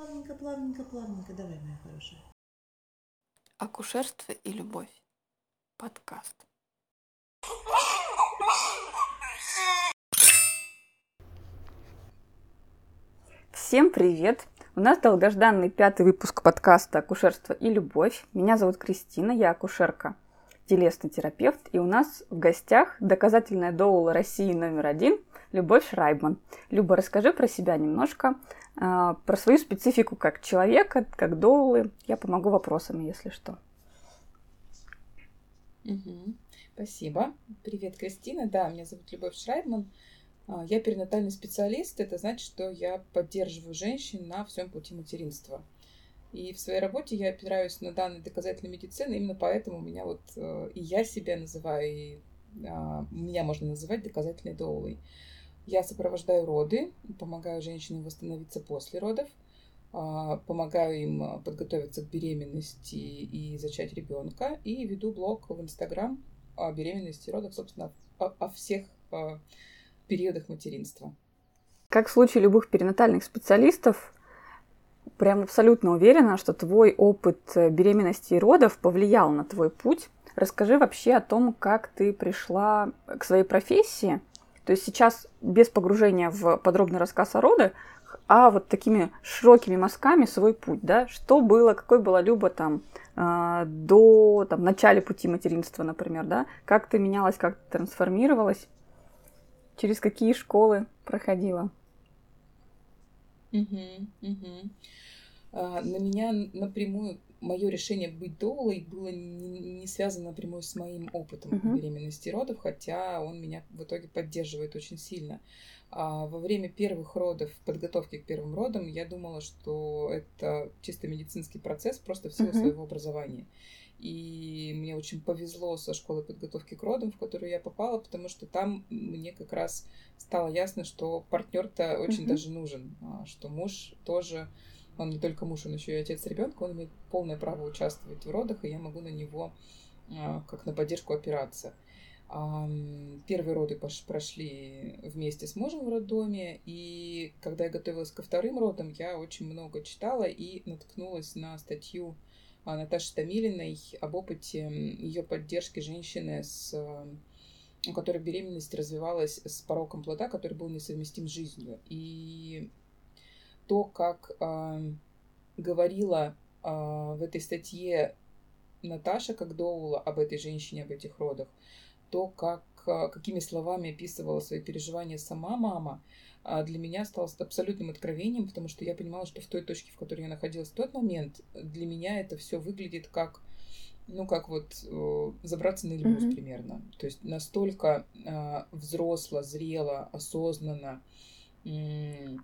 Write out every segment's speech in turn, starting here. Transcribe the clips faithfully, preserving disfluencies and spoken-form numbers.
Плавненько, плавненько, плавненько. Давай, моя хорошая. Акушерство и любовь. Подкаст. Всем привет! У нас долгожданный пятый выпуск подкаста «Акушерство и любовь». Меня зовут Кристина, я акушерка, телесный терапевт, и у нас в гостях доказательная доула России номер один Любовь Шрайбман. Люба, расскажи про себя немножко, э, про свою специфику как человека, как доулы. Я помогу вопросами, если что. Угу. Спасибо. Привет, Кристина. Да, меня зовут Любовь Шрайбман. Я перинатальный специалист. Это значит, что я поддерживаю женщин на всем пути материнства. И в своей работе я опираюсь на данные доказательной медицины. Именно поэтому у меня вот и я себя называю, и меня можно называть доказательной доулой. Я сопровождаю роды, помогаю женщинам восстановиться после родов, помогаю им подготовиться к беременности и зачать ребенка, и веду блог в Инстаграм о беременности и родах, собственно, о, о всех о периодах материнства. Как в случае любых перинатальных специалистов, прям абсолютно уверена, что твой опыт беременности и родов повлиял на твой путь. Расскажи вообще о том, как ты пришла к своей профессии. То есть сейчас без погружения в подробный рассказ о родах, а вот такими широкими мазками свой путь, да, что было, какой была Люба там э, до там, начала пути материнства, например, да, как ты менялась, как ты трансформировалась, через какие школы проходила. Угу, угу. А, на меня напрямую мое решение быть доулой было не, не связано напрямую с моим опытом uh-huh. беременности и родов, хотя он меня в итоге поддерживает очень сильно. А во время первых родов, подготовки к первым родам, я думала, что это чисто медицинский процесс, просто в силу uh-huh. своего образования. И мне очень повезло со школой подготовки к родам, в которую я попала, потому что там мне как раз стало ясно, что партнер-то очень uh-huh. даже нужен, что муж тоже... Он не только муж, он еще и отец ребенка, он имеет полное право участвовать в родах, и я могу на него как на поддержку опираться. Первые роды прошли вместе с мужем в роддоме, и когда я готовилась ко вторым родам, я очень много читала и наткнулась на статью Наташи Томилиной об опыте ее поддержки женщины, с, у которой беременность развивалась с пороком плода, который был несовместим с жизнью. И то, как э, говорила э, в этой статье Наташа как доула об этой женщине, об этих родах, то, как, э, какими словами описывала свои переживания сама мама, э, для меня стало абсолютным откровением, потому что я понимала, что в той точке, в которой я находилась в тот момент, для меня это все выглядит как, ну, как вот э, забраться на Эльбрус uh-huh. примерно. То есть настолько э, взросло, зрело, осознанно, м-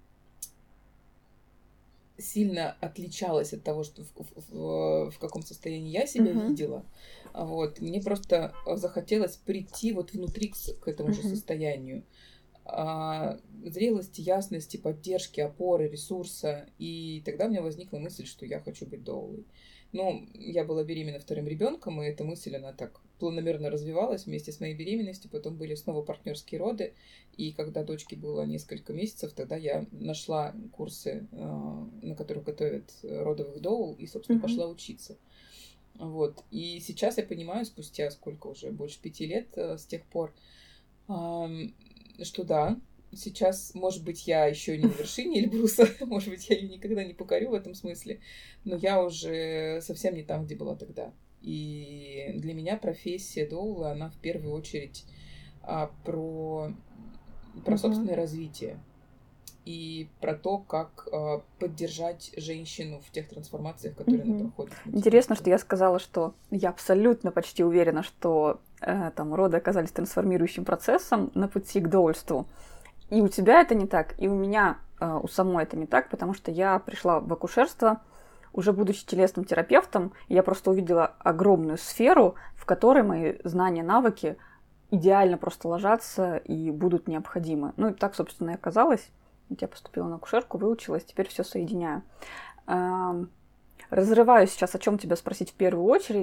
сильно отличалась от того, что в, в, в каком состоянии я себя uh-huh. видела. Вот. Мне просто захотелось прийти вот внутри к, к этому uh-huh. же состоянию. А, зрелости, ясности, поддержки, опоры, ресурса. И тогда у меня возникла мысль, что я хочу быть доулой. Но я была беременна вторым ребенком, и эта мысль, она так планомерно развивалась вместе с моей беременностью. Потом были снова партнерские роды. И когда дочке было несколько месяцев, тогда я нашла курсы, на которых готовят родовых доул, и, собственно, uh-huh. пошла учиться. Вот. И сейчас я понимаю, спустя сколько уже, больше пяти лет с тех пор, что да, сейчас, может быть, я еще не на вершине Эльбруса, может быть, я ее никогда не покорю в этом смысле, но я уже совсем не там, где была тогда. И для меня профессия доула, она в первую очередь а, про, про uh-huh. собственное развитие и про то, как а, поддержать женщину в тех трансформациях, которые uh-huh. она проходит. Интересно, что я сказала, что я абсолютно почти уверена, что э, там роды оказались трансформирующим процессом на пути к доульству. И у тебя это не так, и у меня, э, у самой это не так, потому что я пришла в акушерство, уже будучи телесным терапевтом, и я просто увидела огромную сферу, в которой мои знания, навыки идеально просто ложатся и будут необходимы. Ну и так, собственно, и оказалось. Я поступила на акушерку, выучилась, теперь все соединяю. Эм, разрываюсь сейчас, о чем тебя спросить в первую очередь.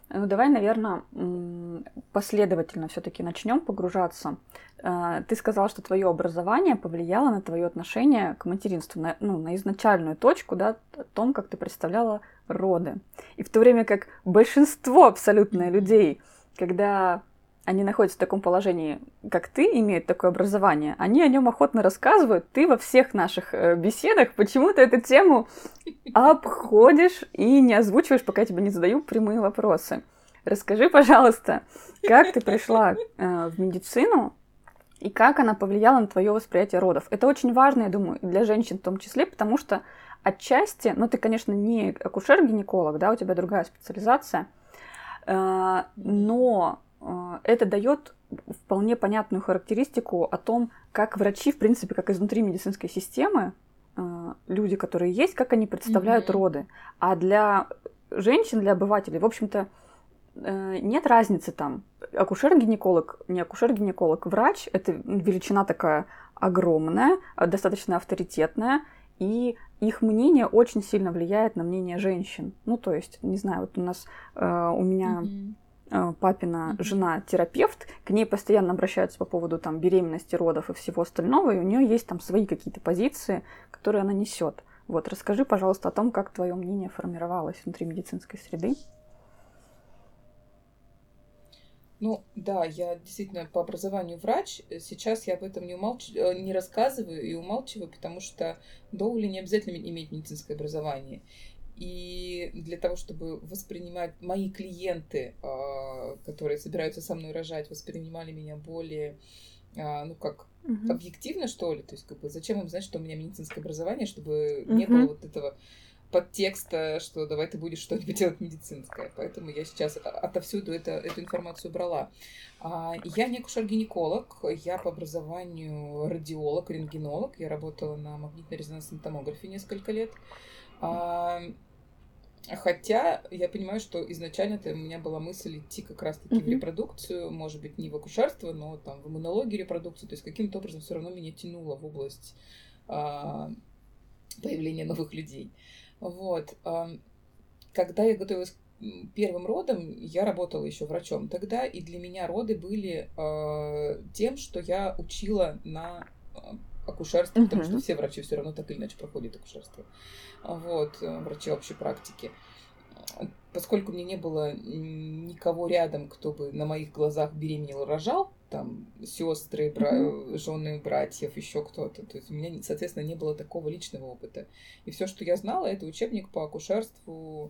Ну, давай, наверное, последовательно все-таки начнем погружаться. Ты сказала, что твое образование повлияло на твое отношение к материнству, на, ну, на изначальную точку, да, о том, как ты представляла роды. И в то время как большинство абсолютно людей, когда они находятся в таком положении, как ты, имеют такое образование, они о нем охотно рассказывают. Ты во всех наших беседах почему-то эту тему обходишь и не озвучиваешь, пока я тебе не задаю прямые вопросы. Расскажи, пожалуйста, как ты пришла э, в медицину и как она повлияла на твое восприятие родов. Это очень важно, я думаю, и для женщин в том числе, потому что отчасти, ну ты, конечно, не акушер-гинеколог, да, у тебя другая специализация, э, но э, это дает вполне понятную характеристику о том, как врачи, в принципе, как изнутри медицинской системы, люди, которые есть, как они представляют mm-hmm. роды. А для женщин, для обывателей, в общем-то, нет разницы там. Акушер-гинеколог, не акушер-гинеколог, врач — это величина такая огромная, достаточно авторитетная, и их мнение очень сильно влияет на мнение женщин. Ну, то есть, не знаю, вот у нас, у меня... Mm-hmm. папина mm-hmm. жена терапевт, к ней постоянно обращаются по поводу там беременности, родов и всего остального, и у нее есть там свои какие-то позиции, которые она несет. Вот, расскажи, пожалуйста, о том, как твое мнение формировалось внутри медицинской среды. Ну, да, я действительно по образованию врач. Сейчас я об этом не, умалч... не рассказываю и умалчиваю, потому что доули не обязательно иметь медицинское образование. И для того, чтобы воспринимать мои клиенты, которые собираются со мной рожать, воспринимали меня более, ну как, uh-huh. объективно, что ли. То есть, как бы, зачем им знать, что у меня медицинское образование, чтобы uh-huh. не было вот этого подтекста, что давай ты будешь что-нибудь делать медицинское. Поэтому я сейчас отовсюду это, эту информацию брала. Я не акушер-гинеколог, я по образованию радиолог, рентгенолог. Я работала на магнитно-резонансной томографии несколько лет. Хотя я понимаю, что изначально-то у меня была мысль идти как раз-таки mm-hmm. в репродукцию, может быть, не в акушерство, но там в иммунологию, репродукцию. То есть каким-то образом все равно меня тянуло в область а, появления новых людей. Вот. А, когда я готовилась к первым родам, я работала еще врачом тогда, и для меня роды были а, тем, что я учила на акушерство, uh-huh. потому что все врачи все равно так или иначе проходят акушерство. Вот, врачи общей практики. Поскольку мне не было никого рядом, кто бы на моих глазах беременел и рожал, там, сестры, бра... uh-huh. жены, братьев, еще кто-то, то есть у меня, соответственно, не было такого личного опыта. И все, что я знала, это учебник по акушерству,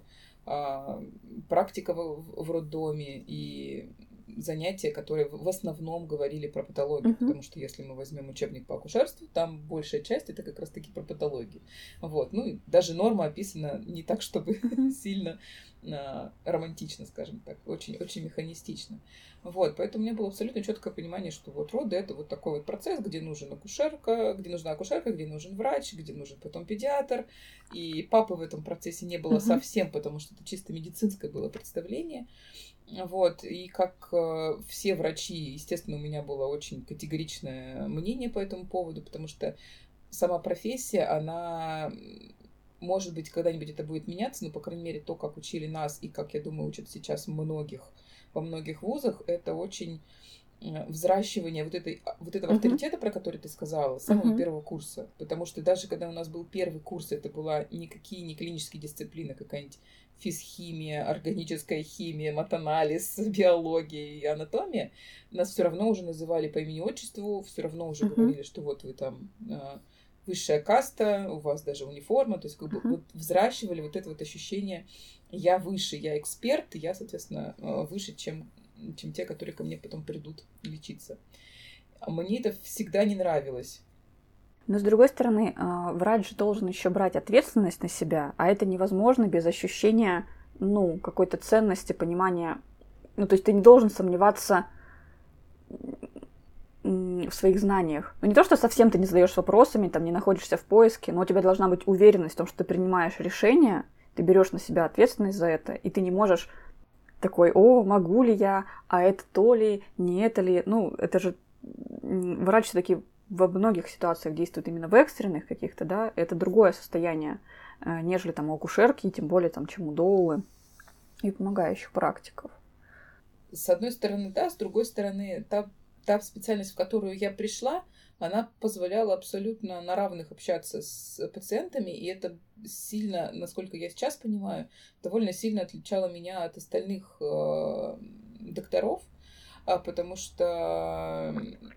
практика в роддоме и занятия, которые в основном говорили про патологию, uh-huh. потому что если мы возьмем учебник по акушерству, там большая часть это как раз-таки про патологию. Вот. Ну и даже норма описана не так, чтобы uh-huh. сильно а, романтично, скажем так, очень-очень механистично. Вот. Поэтому у меня было абсолютно четкое понимание, что вот роды — это вот такой вот процесс, где нужен акушерка, где нужна акушерка, где нужен врач, где нужен потом педиатр. И папы в этом процессе не было uh-huh. совсем, потому что это чисто медицинское было представление. Вот, и как э, все врачи, естественно, у меня было очень категоричное мнение по этому поводу, потому что сама профессия, она, может быть, когда-нибудь это будет меняться, но, по крайней мере, то, как учили нас и как, я думаю, учат сейчас многих, во многих вузах, это очень взращивание вот, этой, вот этого uh-huh. авторитета, про который ты сказала, с самого uh-huh. первого курса. Потому что даже когда у нас был первый курс, это была никакие не клинические дисциплины, какая-нибудь физхимия, органическая химия, матанализ, биология и анатомия, нас все равно уже называли по имени-отчеству, все равно уже uh-huh. говорили, что вот вы там э, высшая каста, у вас даже униформа, то есть как бы uh-huh. вот взращивали вот это вот ощущение «я выше, я эксперт, я, соответственно, выше, чем, чем те, которые ко мне потом придут лечиться». Мне это всегда не нравилось. Но, с другой стороны, врач же должен еще брать ответственность на себя, а это невозможно без ощущения, ну, какой-то ценности, понимания. Ну, то есть ты не должен сомневаться в своих знаниях. Ну, не то, что совсем ты не задаешь вопросами, там, не находишься в поиске, но у тебя должна быть уверенность в том, что ты принимаешь решение, ты берешь на себя ответственность за это, и ты не можешь такой: о, могу ли я, а это то ли, не это ли. Ну, это же врач все-таки во многих ситуациях действует именно в экстренных каких-то, да, это другое состояние, нежели там у акушерки, и тем более там, чем у доулы. и помогающих практиков. С одной стороны, да, с другой стороны, та, та специальность, в которую я пришла, она позволяла абсолютно на равных общаться с пациентами, и это сильно, насколько я сейчас понимаю, довольно сильно отличало меня от остальных э, докторов, а, потому что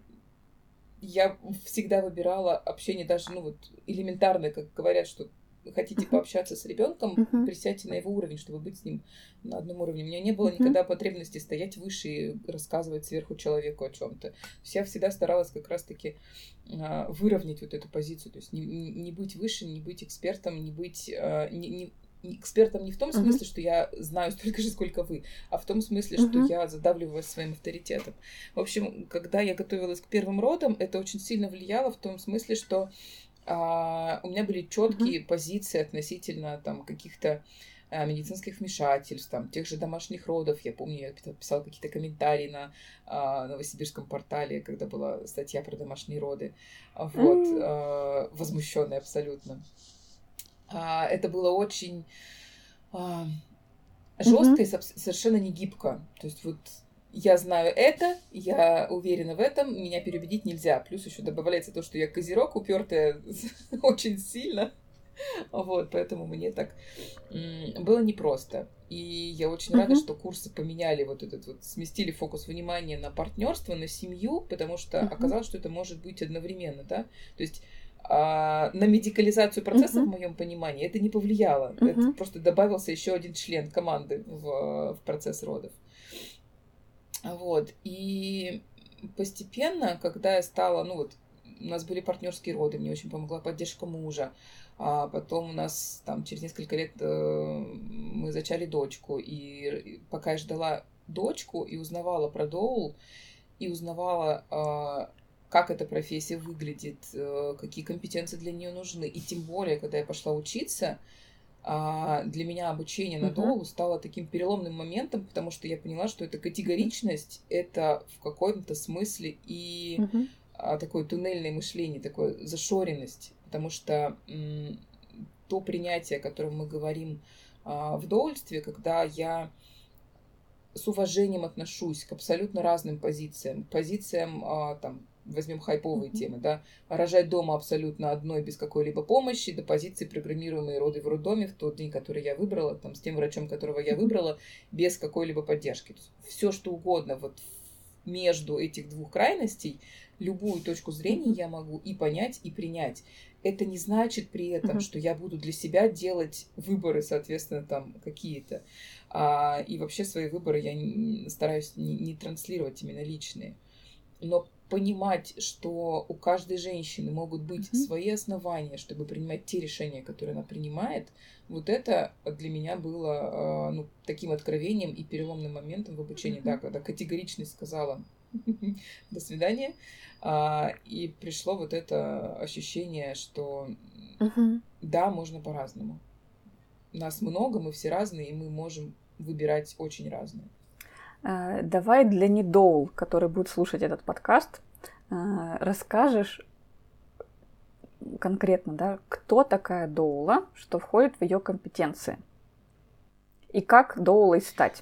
я всегда выбирала общение даже, ну вот, элементарное, как говорят, что хотите пообщаться с ребенком, Uh-huh. присядьте на его уровень, чтобы быть с ним на одном уровне. У меня не было Uh-huh. никогда потребности стоять выше и рассказывать сверху человеку о чем-то. То есть я всегда старалась как раз-таки а, выровнять вот эту позицию. То есть не, не, не быть выше, не быть экспертом, не быть... А, не, не, экспертом не в том смысле, uh-huh. что я знаю столько же, сколько вы, а в том смысле, что uh-huh. я задавливаю своим авторитетом. В общем, когда я готовилась к первым родам, это очень сильно влияло в том смысле, что Uh, у меня были четкие uh-huh. позиции относительно там каких-то uh, медицинских вмешательств, там, тех же домашних родов. Я помню, я писала какие-то комментарии на uh, новосибирском портале, когда была статья про домашние роды. Вот, uh-huh. uh, возмущенная абсолютно. Uh, это было очень uh, жестко uh-huh. и совершенно не гибко. То есть вот я знаю это, я уверена в этом, меня переубедить нельзя. Плюс еще добавляется то, что я козерог, упертая очень сильно. Вот, поэтому мне так м- было непросто. И я очень uh-huh. рада, что курсы поменяли вот этот вот, сместили фокус внимания на партнерство, на семью, потому что uh-huh. оказалось, что это может быть одновременно, да. То есть а, на медикализацию процесса, uh-huh. в моем понимании, это не повлияло. Uh-huh. Это просто добавился еще один член команды в, в процесс родов. Вот, и постепенно, когда я стала, ну вот, у нас были партнерские роды, мне очень помогла поддержка мужа, а потом у нас там через несколько лет э, мы зачали дочку, и пока я ждала дочку и узнавала про доул, и узнавала, э, как эта профессия выглядит, э, какие компетенции для нее нужны, и тем более, когда я пошла учиться, А для меня обучение на доулу стало таким переломным моментом, потому что я поняла, что эта категоричность — это в каком-то смысле и uh-huh. а, такое туннельное мышление, такое зашоренность, потому что м, то принятие, о котором мы говорим а, в доульстве, когда я с уважением отношусь к абсолютно разным позициям, позициям а, там, возьмем хайповые uh-huh. темы, да, рожать дома абсолютно одной без какой-либо помощи, до позиции программируемые роды в роддоме в тот день, который я выбрала, там, с тем врачом, которого я выбрала, без какой-либо поддержки. Все, что угодно вот между этих двух крайностей, любую точку зрения uh-huh. я могу и понять, и принять. Это не значит при этом, uh-huh. что я буду для себя делать выборы, соответственно, там какие-то. А, и вообще свои выборы я не, стараюсь не, не транслировать именно личные. Но понимать, что у каждой женщины могут быть mm-hmm. свои основания, чтобы принимать те решения, которые она принимает, вот это для меня было ну, таким откровением и переломным моментом в обучении, mm-hmm. да, когда категоричность сказала «до свидания», и пришло вот это ощущение, что mm-hmm. да, можно по-разному. Нас много, мы все разные, и мы можем выбирать очень разные. Давай для недоул, который будет слушать этот подкаст, расскажешь конкретно, да, кто такая доула, что входит в ее компетенции, и как доулой стать.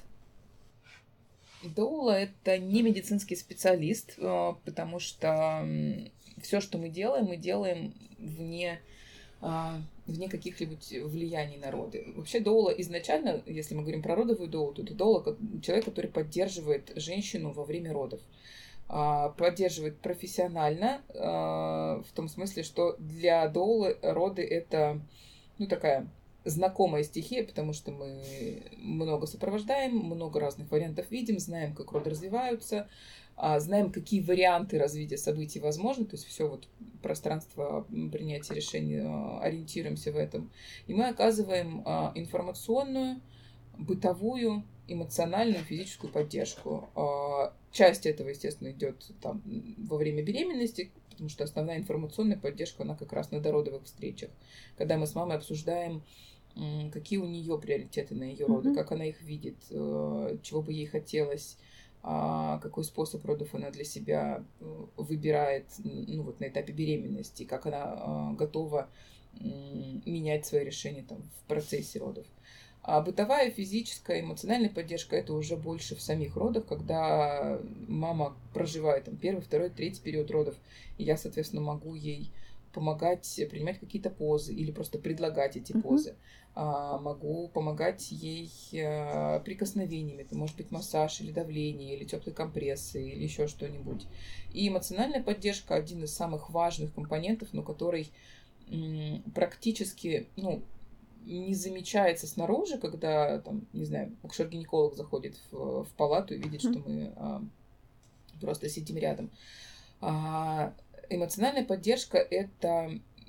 Доула — это не медицинский специалист, потому что все, что мы делаем, мы делаем вне вне каких-либо влияний на роды. Вообще доула изначально, если мы говорим про родовую доулу, то это доула человек, который поддерживает женщину во время родов. Поддерживает профессионально, в том смысле, что для доулы роды это, ну, такая знакомая стихия, потому что мы много сопровождаем, много разных вариантов видим, знаем, как роды развиваются, знаем, какие варианты развития событий возможны, то есть все вот пространство принятия решений, ориентируемся в этом. И мы оказываем информационную, бытовую, эмоциональную, физическую поддержку. Часть этого, естественно, идет там во время беременности, потому что основная информационная поддержка, она как раз на дородовых встречах, когда мы с мамой обсуждаем, какие у нее приоритеты на ее роды, mm-hmm. как она их видит, чего бы ей хотелось, какой способ родов она для себя выбирает, ну, вот на этапе беременности, как она готова менять свои решения там, в процессе родов. А бытовая, физическая, эмоциональная поддержка — это уже больше в самих родах, когда мама проживает там, первый, второй, третий период родов, и я, соответственно, могу ей помогать принимать какие-то позы или просто предлагать эти Мгм. позы. А, могу помогать ей а, прикосновениями. Это может быть массаж или давление, или теплые компрессы, или еще что-нибудь. И эмоциональная поддержка — один из самых важных компонентов, но который м, практически, ну, не замечается снаружи, когда, там, не знаю, акушер-гинеколог заходит в, в палату и видит, что мы а, просто сидим рядом. А, эмоциональная поддержка — это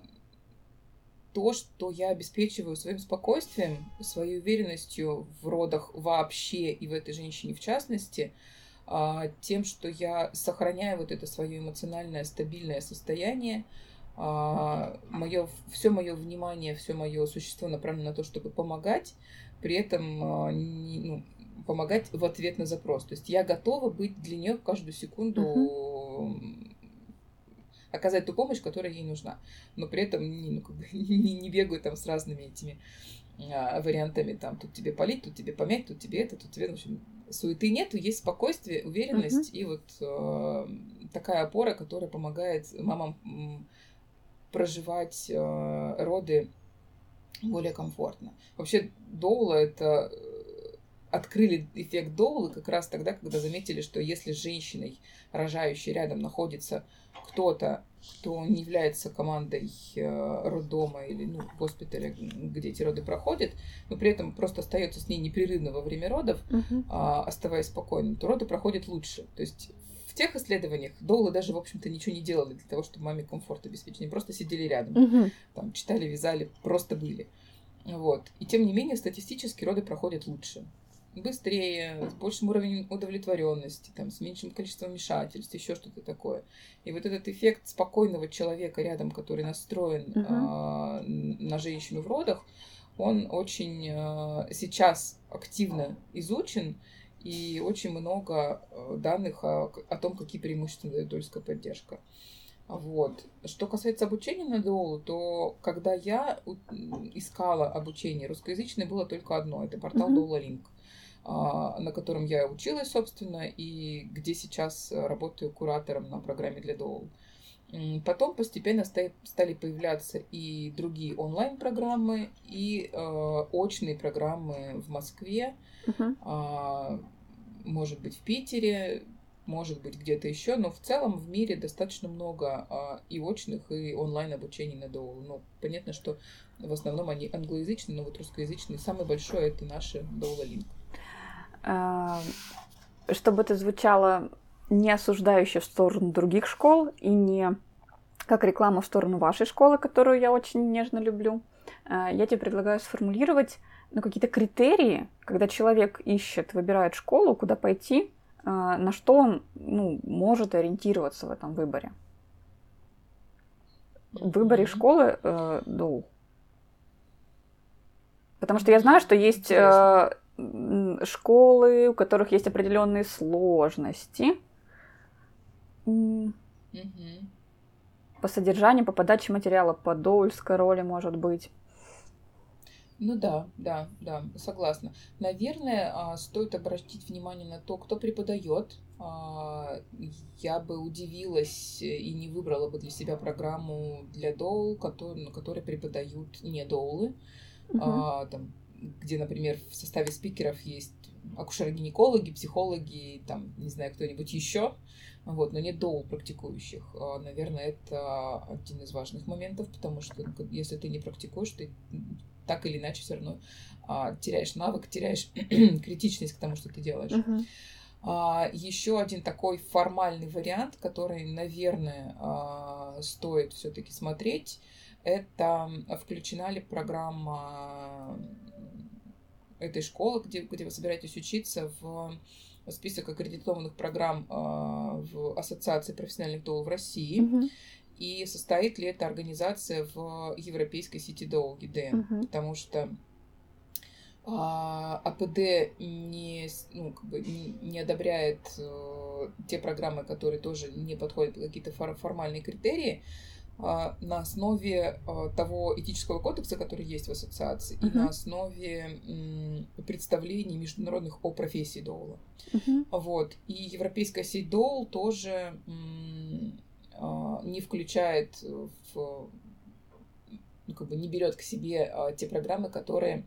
то, что я обеспечиваю своим спокойствием, своей уверенностью в родах вообще и в этой женщине в частности, а, тем, что я сохраняю вот это свое эмоциональное стабильное состояние, мое, все мое внимание, все мое существо направлено на то, чтобы помогать, при этом а, не- ну, помогать в ответ на запрос. То есть я готова быть для нее каждую секунду м, оказать ту помощь, которая ей нужна. Но при этом не, ну, как бы, не, не бегаю там с разными этими а, вариантами. Там тут тебе полить, тут тебе помять, тут тебе это, тут тебе... В общем, суеты нету, есть спокойствие, уверенность и вот э, такая опора, которая помогает мамам м, проживать э, роды более комфортно. Вообще доула — это э, открыли эффект доулы как раз тогда, когда заметили, что если с женщиной, рожающей рядом, находится кто-то, кто не является командой э, роддома или ну, госпиталя, где эти роды проходят, но при этом просто остается с ней непрерывно во время родов, Мгм. а, оставаясь спокойным, то роды проходят лучше. То есть в тех исследованиях доулы даже, в общем-то, ничего не делали для того, чтобы маме комфорт обеспечить. Они просто сидели рядом, Мгм. там, читали, вязали, просто были. Вот. И тем не менее, статистически роды проходят лучше. Быстрее, с большим уровнем удовлетворенности, там, с меньшим количеством вмешательств, еще что-то такое. И вот этот эффект спокойного человека рядом, который настроен Мгм. а, на женщину в родах, он очень а, сейчас активно изучен, и очень много а, данных о, о том, какие преимущества дает дольская поддержка. Вот. Что касается обучения на доулу, то когда я у- м, искала обучение, русскоязычное было только одно. Это портал Мгм. DoulaLink, а, на котором я училась, собственно, и где сейчас э, работаю куратором на программе для доул. М, Потом постепенно ста- стали появляться и другие онлайн-программы, и э, очные программы в Москве, Мгм. а, может быть, в Питере, может быть, где-то еще, но в целом в мире достаточно много а, и очных, и онлайн-обучений на доул. Ну, понятно, что в основном они англоязычные, но вот русскоязычные. Самый большой — это наши DoulaLink. А, Чтобы это звучало не осуждающе в сторону других школ и не как реклама в сторону вашей школы, которую я очень нежно люблю, а, я тебе предлагаю сформулировать ну, какие-то критерии, когда человек ищет, выбирает школу, куда пойти, а, на что он ну, может ориентироваться в этом выборе. В выборе Мгм. школы э, доул. Потому что я знаю, что есть Интересно. э, м, школы, у которых есть определенные сложности м, Мгм. по содержанию, по подаче материала, по доульской роли, может быть. Ну да, да, да, согласна. Наверное, а, стоит обратить внимание на то, кто преподает. А, Я бы удивилась и не выбрала бы для себя программу для доул, который, на которой преподают не доулы. Мгм. А, там, где, например, в составе спикеров есть акушеры-гинекологи, психологи, там, не знаю, кто-нибудь еще, вот, но нет доул практикующих. А, Наверное, это один из важных моментов, потому что ну, как- если ты не практикуешь, ты м, так или иначе все равно а, теряешь навык, теряешь критичность к тому, что ты делаешь. Мгм. А, еще один такой формальный вариант, который, наверное, а, стоит все-таки смотреть, это м, включена ли программа этой школы, где, где вы собираетесь учиться, в список аккредитованных программ а, в Ассоциации профессиональных доул в России, Мгм. и состоит ли эта организация в Европейской сети доул Е Д Н, Мгм. потому что а, АПД не, с- ну, как бы не, не одобряет э, те программы, которые тоже не подходят под какие-то фор- формальные критерии. а, на основе а, того этического кодекса, который есть в ассоциации, Мгм. и на основе м, представлений международных о профессии доула. Мгм. Вот. И европейская сеть доул тоже м, а, не включает в, ну, как бы не берет к себе а, те программы, которые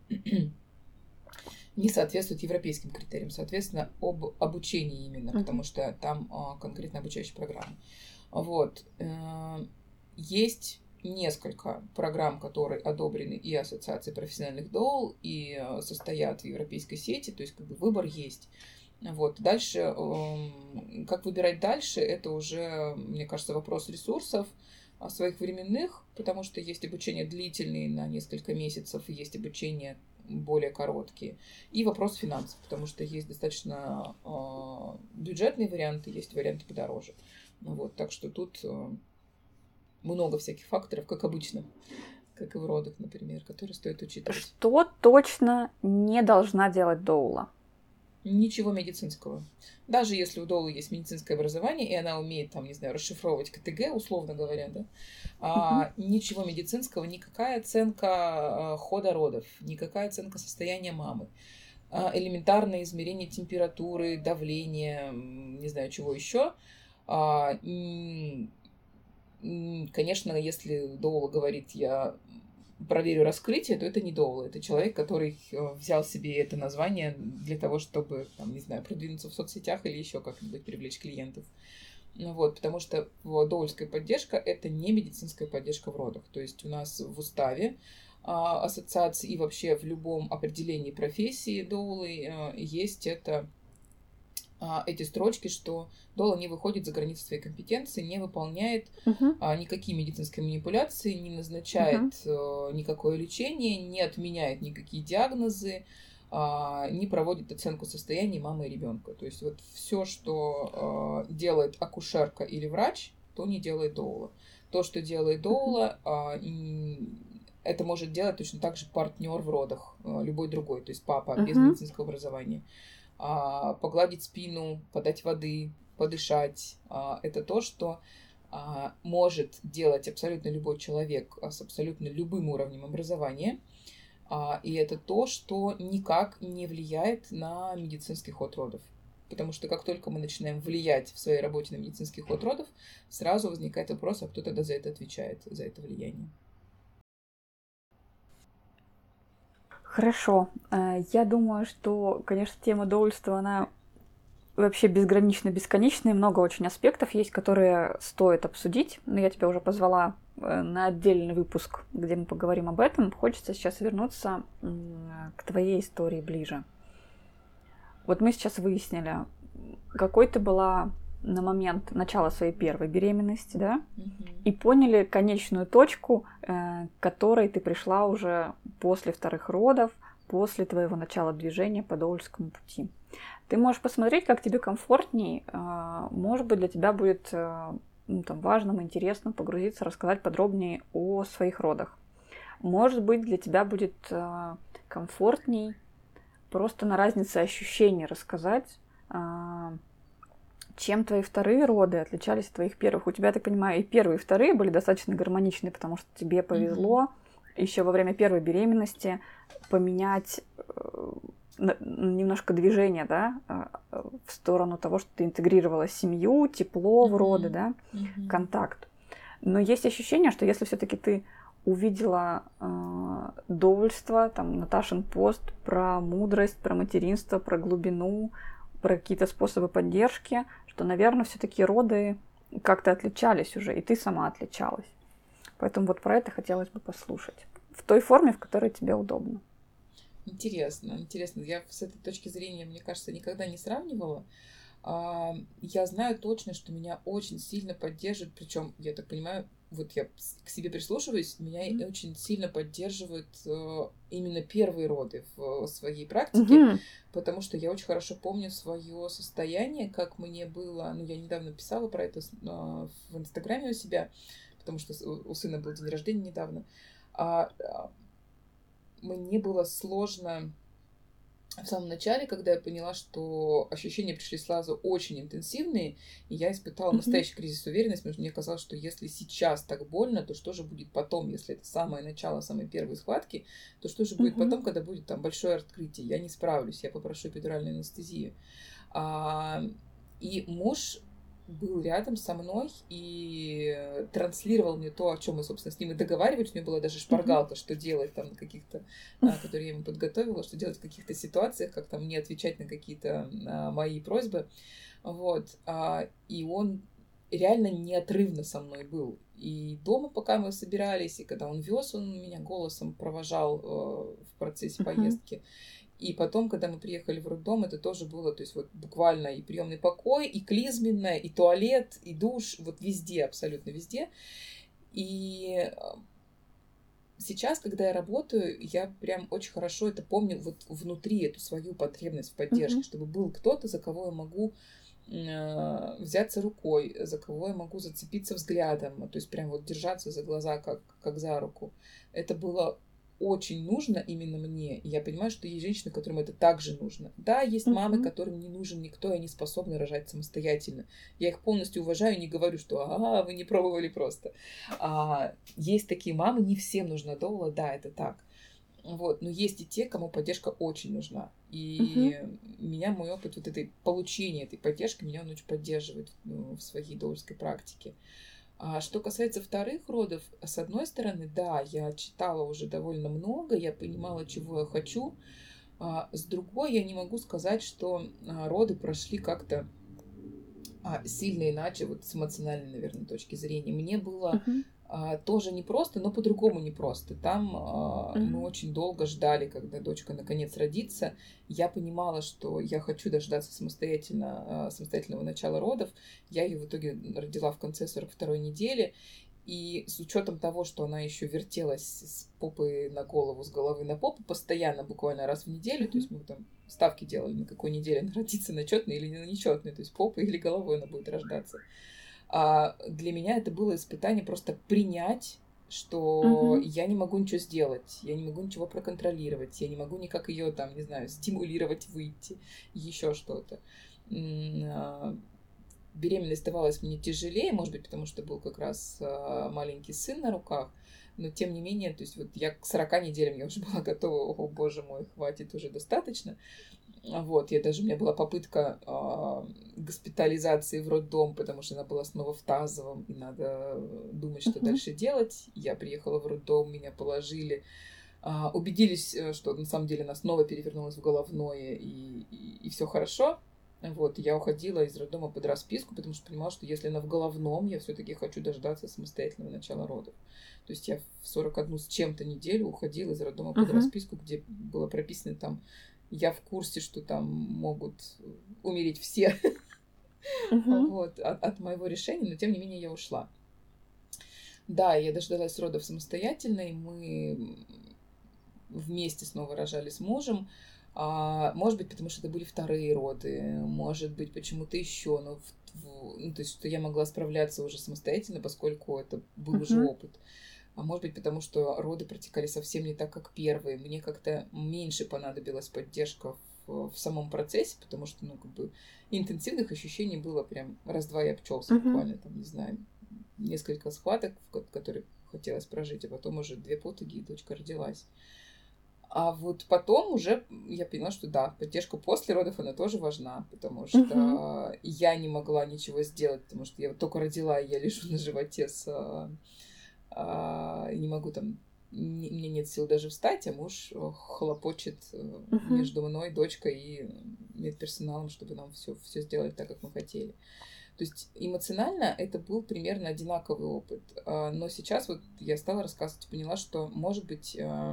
не соответствуют европейским критериям, соответственно, об обучении именно, Мгм. потому что там а, конкретно обучающие программы. Вот. Э, Есть несколько программ, которые одобрены и Ассоциацией профессиональных доул, и э, состоят в европейской сети, то есть как бы выбор есть. Вот. Дальше, эм, как выбирать дальше, это уже, мне кажется, вопрос ресурсов а, своих временных, потому что есть обучение длительные на несколько месяцев, и есть обучение более короткие. И вопрос финансов, потому что есть достаточно э, бюджетные варианты, есть варианты подороже. Ну вот, так что тут э, много всяких факторов, как обычно, как и в родах, например, которые стоит учитывать. Что точно не должна делать доула? Ничего медицинского. Даже если у доулы есть медицинское образование, и она умеет, там, не знаю, расшифровывать КТГ, условно говоря, да, а, ничего медицинского, никакая оценка а, хода родов, никакая оценка состояния мамы, а, элементарное измерение температуры, давления, м, не знаю, чего еще. А, м, м, конечно, если доула говорит, я проверю раскрытие, то это не доула. Это человек, который э, взял себе это название для того, чтобы, там, не знаю, продвинуться в соцсетях или еще как-нибудь привлечь клиентов. Ну вот, потому что доульская поддержка – это не медицинская поддержка в родах. То есть у нас в уставе а, ассоциации и вообще в любом определении профессии доулы а, есть это а, эти строчки, что доула не выходит за границы своей компетенции, не выполняет Мгм. а, никакие медицинские манипуляции, не Мгм. назначает а, никакое лечение, не отменяет никакие диагнозы, а, не проводит оценку состояния мамы и ребенка. То есть вот все, что а, делает акушерка или врач, то не делает доула. То, что делает Мгм. доула, а, и это может делать точно так же партнер в родах, а, любой другой, то есть папа без Мгм. медицинского образования. А, погладить спину, подать воды, подышать. А, это то, что а, может делать абсолютно любой человек а, с абсолютно любым уровнем образования. А, и это то, что никак не влияет на медицинский ход родов. Потому что как только мы начинаем влиять в своей работе на медицинский ход родов, сразу возникает вопрос, а кто тогда за это отвечает, за это влияние. Хорошо. Э, Я думаю, что, конечно, тема доульства, она вообще безгранично бесконечная, и много очень аспектов есть, которые стоит обсудить. Но я тебя уже позвала э, на отдельный выпуск, где мы поговорим об этом. Хочется сейчас вернуться м, к твоей истории ближе. Вот мы сейчас выяснили, какой ты была на момент начала своей первой беременности, да? Мгм. И поняли конечную точку, э, к которой ты пришла уже после вторых родов, после твоего начала движения по доульскому пути. Ты можешь посмотреть, как тебе комфортней. э, Может быть, для тебя будет э, ну, там, важным, интересным погрузиться, рассказать подробнее о своих родах. Может быть, для тебя будет э, комфортней просто на разнице ощущений рассказать, э, чем твои вторые роды отличались от твоих первых. У тебя, я так понимаю, и первые, и вторые были достаточно гармоничные, потому что тебе повезло еще во время первой беременности поменять э, на- немножко движение, да, э, э, в сторону того, что ты интегрировала семью, тепло в роды, Мгм. да, Мгм. контакт. Но есть ощущение, что если все-таки ты увидела э, довольство, там, Наташин пост про мудрость, про материнство, про глубину, про какие-то способы поддержки, что, наверное, все-таки роды как-то отличались уже, и ты сама отличалась. Поэтому вот про это хотелось бы послушать. В той форме, в которой тебе удобно. Интересно, интересно. Я с этой точки зрения, мне кажется, никогда не сравнивала. А, Я знаю точно, что меня очень сильно поддерживают, причем, я так понимаю, вот я с- к себе прислушиваюсь, меня и Мгм. очень сильно поддерживают э, именно первые роды в своей практике, Мгм. потому что я очень хорошо помню свое состояние, как мне было, ну, я недавно писала про это с- а, в Инстаграме у себя, потому что с- у у сына был день рождения недавно. А, а, Мне было сложно в самом начале, когда я поняла, что ощущения пришли сразу очень интенсивные, и я испытала настоящий кризис уверенности, потому что мне казалось, что если сейчас так больно, то что же будет потом, если это самое начало, самой первой схватки, то что же будет Мгм. потом, когда будет там большое открытие? Я не справлюсь, я попрошу эпидуральную анестезию. А, и муж был рядом со мной и транслировал мне то, о чем мы, собственно, с ним и договаривались. У меня была даже шпаргалка, что делать там на каких-то, а, которые я ему подготовила, что делать в каких-то ситуациях, как там мне отвечать на какие-то а, мои просьбы. Вот. А, и он реально неотрывно со мной был. И дома, пока мы собирались, и когда он вез, он меня голосом провожал э, в процессе Мгм. поездки. И потом, когда мы приехали в роддом, это тоже было, то есть вот буквально и приемный покой, и клизменная, и туалет, и душ, вот везде, абсолютно везде. И э, сейчас, когда я работаю, я прям очень хорошо это помню вот внутри, эту свою потребность в поддержке, Мгм. чтобы был кто-то, за кого я могу э, взяться рукой, за кого я могу зацепиться взглядом, то есть прям вот держаться за глаза, как, как за руку. Это было очень нужно именно мне. И я понимаю, что есть женщины, которым это также нужно. Да, есть мамы, Мгм. которым не нужен никто, и они способны рожать самостоятельно. Я их полностью уважаю, не говорю, что ага, вы не пробовали просто. А, есть такие мамы, не всем нужна доула, да, это так. Вот, но есть и те, кому поддержка очень нужна. Мгм. И меня, мой опыт вот этой получения этой поддержки, меня он очень поддерживает ну, в своей доульской практике. А что касается вторых родов, с одной стороны, да, я читала уже довольно много, я понимала, чего я хочу. А с другой, я не могу сказать, что а, роды прошли как-то а, сильно иначе, вот с эмоциональной, наверное, точки зрения. Мне было Мгм. а, тоже непросто, но по-другому непросто. Там а, мы Мгм. очень долго ждали, когда дочка наконец родится. Я понимала, что я хочу дождаться самостоятельно, а, самостоятельного начала родов. Я ее в итоге родила в конце сорок второй недели. И с учетом того, что она еще вертелась с попы на голову, с головы на попу, постоянно, буквально раз в неделю, то Мгм. есть мы там ставки делали, на какой неделе она родится, на четной или на нечетной, то есть попой или головой она будет рождаться. А для меня это было испытание просто принять, что Мгм. я не могу ничего сделать, я не могу ничего проконтролировать, я не могу никак ее там, не знаю, стимулировать выйти, еще что-то. М, а, Беременность давалась мне тяжелее, может быть, потому что был как раз а, маленький сын на руках, но тем не менее, то есть вот я к сорока неделям я уже была готова, о боже мой, хватит, уже достаточно. Вот, я даже, у меня была попытка а, госпитализации в роддом, потому что она была снова в тазовом, и надо думать, что Мгм. дальше делать. Я приехала в роддом, меня положили, а, убедились, э, что на самом деле она снова перевернулась в головное, и, и, и все хорошо. Вот, я уходила из роддома под расписку, потому что понимала, что если она в головном, я все-таки хочу дождаться самостоятельного начала родов. То есть я в сорок одну с чем-то неделю уходила из роддома под Мгм. расписку, где было прописано там, я в курсе, что там могут умереть все Мгм. вот, от, от моего решения, но тем не менее я ушла. Да, я дождалась родов самостоятельно, и мы вместе снова рожали с мужем. А, может быть, потому что это были вторые роды, может быть, почему-то еще, но в- в- ну, то есть, что я могла справляться уже самостоятельно, поскольку это был уже Мгм. опыт. А может быть, потому что роды протекали совсем не так, как первые. Мне как-то меньше понадобилась поддержка в, в самом процессе, потому что, ну, как бы интенсивных ощущений было прям раз-два и обчелся Мгм. буквально, там, не знаю, несколько схваток, в ко- которые хотелось прожить, а потом уже две потуги, и дочка родилась. А вот потом уже я поняла, что да, поддержка после родов, она тоже важна, потому Мгм. что я не могла ничего сделать, потому что я вот только родила, и я лежу на животе с... а, а, не могу там... не- Мне нет сил даже встать, а муж э, хлопочет э, Мгм. между мной, дочкой и медперсоналом, чтобы нам все, все сделать так, как мы хотели. То есть эмоционально это был примерно одинаковый опыт. А, Но сейчас вот я стала рассказывать и поняла, что, может быть,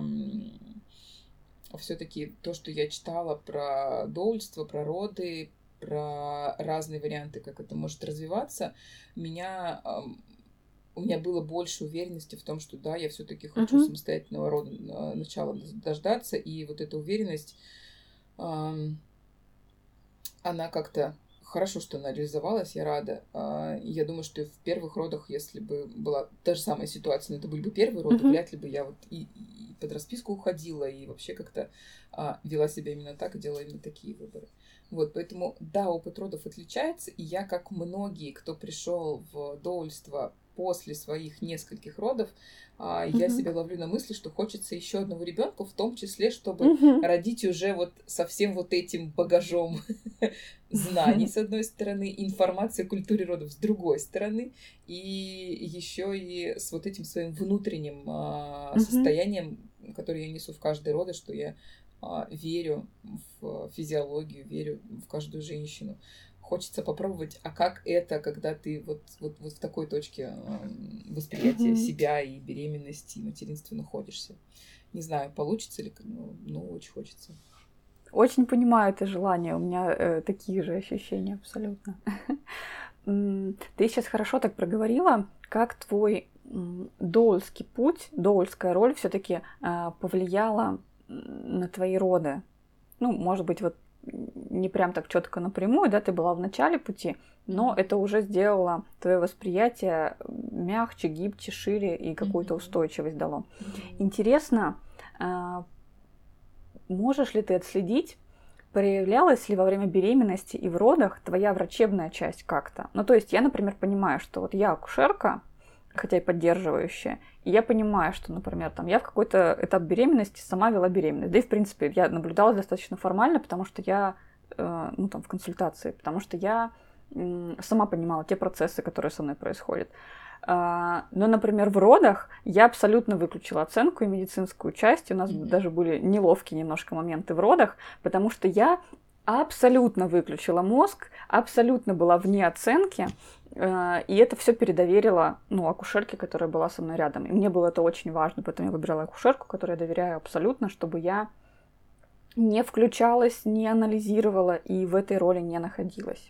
все-таки то, что я читала про доульство, про роды, про разные варианты, как это может развиваться, меня, ам, у меня было больше уверенности в том, что да, я все-таки хочу Мгм. самостоятельного рода, а, начала дождаться, и вот эта уверенность, ам, она как-то хорошо, что она реализовалась, я рада. А, и я думаю, что в первых родах, если бы была та же самая ситуация, но это были бы первые роды, Мгм. вряд ли бы я вот и, и под расписку уходила и вообще как-то а, вела себя именно так и делала именно такие выборы. Вот, поэтому, да, опыт родов отличается, и я, как многие, кто пришел в доульство после своих нескольких родов, а, mm-hmm. я себя ловлю на мысли, что хочется еще одного ребенка, в том числе, чтобы mm-hmm. родить уже вот со всем вот этим багажом знаний, с одной стороны, информации о культуре родов, с другой стороны, и еще и с вот этим своим внутренним а, mm-hmm. состоянием, которое я несу в каждые роды, что я а, верю в физиологию, верю в каждую женщину. Хочется попробовать, а как это, когда ты вот, вот, вот в такой точке э, восприятия mm-hmm. себя и беременности, и материнства находишься. Не знаю, получится ли, но, но очень хочется. Очень понимаю это желание, у меня э, такие же ощущения абсолютно. Ты сейчас хорошо так проговорила, как твой доульский путь, доульская роль все-таки э, повлияла на твои роды. Ну, может быть, вот не прям так четко напрямую, да, ты была в начале пути, но mm-hmm. это уже сделало твое восприятие мягче, гибче, шире и какую-то mm-hmm. устойчивость дало. Mm-hmm. Интересно, можешь ли ты отследить, проявлялась ли во время беременности и в родах твоя врачебная часть как-то? Ну, то есть я, например, понимаю, что вот я акушерка, хотя и поддерживающая, и я понимаю, что, например, там, я в какой-то этап беременности сама вела беременность. Да и, в принципе, я наблюдала достаточно формально, потому что я, э, ну, там, в консультации, потому что я э, сама понимала те процессы, которые со мной происходят. Э, но, например, в родах я абсолютно выключила оценку и медицинскую часть. У нас mm-hmm. даже были неловкие немножко моменты в родах, потому что я абсолютно выключила мозг, абсолютно была вне оценки, и это все передоверила, ну, акушерке, которая была со мной рядом. И мне было это очень важно, поэтому я выбирала акушерку, которой я доверяю абсолютно, чтобы я не включалась, не анализировала и в этой роли не находилась.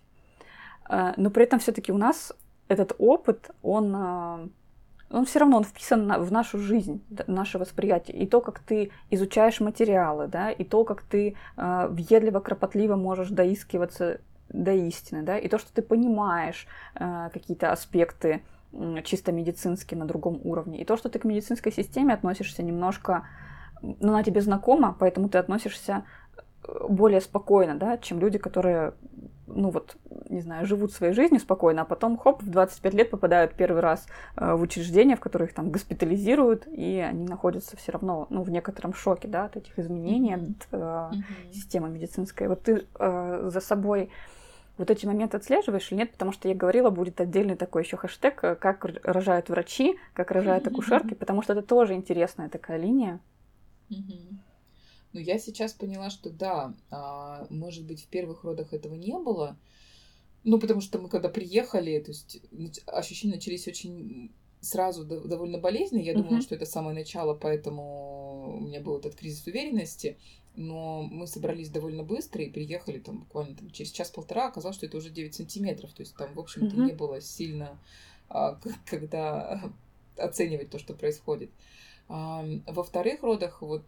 Но при этом все-таки у нас этот опыт, он... он все равно он вписан в нашу жизнь, в наше восприятие. И то, как ты изучаешь материалы, да, и то, как ты э, въедливо, кропотливо можешь доискиваться до истины, да, и то, что ты понимаешь э, какие-то аспекты э, чисто медицинские на другом уровне, и то, что ты к медицинской системе относишься немножко, ну, она тебе знакома, поэтому ты относишься более спокойно, да, чем люди, которые, ну вот, не знаю, живут своей жизнью спокойно, а потом, хоп, в двадцать пять лет попадают первый раз э, в учреждение, в которых их там госпитализируют, и они находятся все равно, ну, в некотором шоке, да, от этих изменений, mm-hmm. от э, mm-hmm. системы медицинской. Вот ты э, за собой вот эти моменты отслеживаешь или нет? Потому что я говорила, будет отдельный такой еще хэштег, как рожают врачи, как рожают акушерки, mm-hmm. потому что это тоже интересная такая линия. Mm-hmm. Ну, я сейчас поняла, что да, а, может быть, в первых родах этого не было, ну, потому что мы когда приехали, то есть ощущения начались очень сразу довольно болезненные. Я uh-huh. думала, что это самое начало, поэтому у меня был этот кризис уверенности. Но мы собрались довольно быстро и приехали там буквально там, через час-полтора. Оказалось, что это уже девять сантиметров. То есть там, в общем-то, uh-huh. не было сильно, а, когда оценивать то, что происходит. А, во вторых родах, вот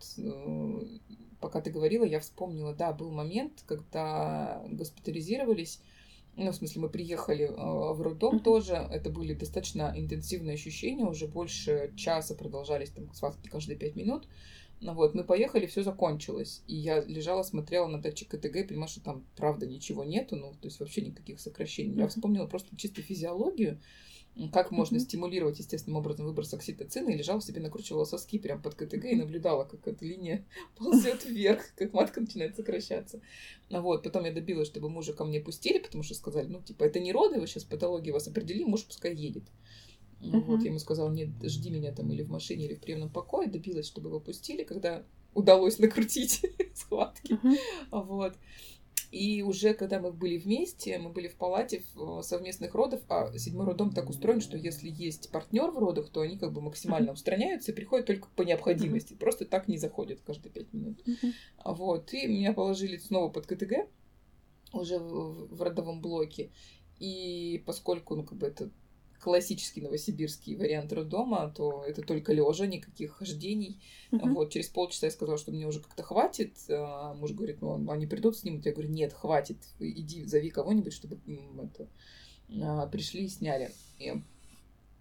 пока ты говорила, я вспомнила, да, был момент, когда госпитализировались. Ну, в смысле, мы приехали э, в роддом mm-hmm. тоже. Это были достаточно интенсивные ощущения. Уже больше часа продолжались там схватки каждые пять минут. Ну, вот, мы поехали, все закончилось. И я лежала, смотрела на датчик КТГ и понимала, что там, правда, ничего нету. Ну, то есть вообще никаких сокращений. Mm-hmm. Я вспомнила просто чисто физиологию, как можно mm-hmm. стимулировать естественным образом выброс окситоцина. И лежала себе, накручивала соски прямо под КТГ и наблюдала, как эта линия ползет вверх, как матка начинает сокращаться. Вот, потом я добилась, чтобы мужа ко мне пустили, потому что сказали, ну, типа, это не роды, вы сейчас патологию вас определили, муж пускай едет. Uh-huh. Вот, я ему сказала, нет, жди меня там или в машине, или в приемном покое. Добилась, чтобы его пустили, когда удалось накрутить схватки. Uh-huh. Вот. И уже когда мы были вместе, мы были в палате в совместных родов, а седьмой роддом так устроен, что если есть партнер в родах, то они как бы максимально устраняются и приходят только по необходимости. Uh-huh. Просто так не заходят каждые пять минут. Uh-huh. Вот. И меня положили снова под КТГ, уже в, в родовом блоке. И поскольку, ну, как бы это классический новосибирский вариант роддома, то это только лежа, никаких хождений. Uh-huh. Вот, через полчаса я сказала, что мне уже как-то хватит. А муж говорит, ну, они придут снимут. Я говорю, нет, хватит, иди, зови кого-нибудь, чтобы это, а, пришли и сняли. И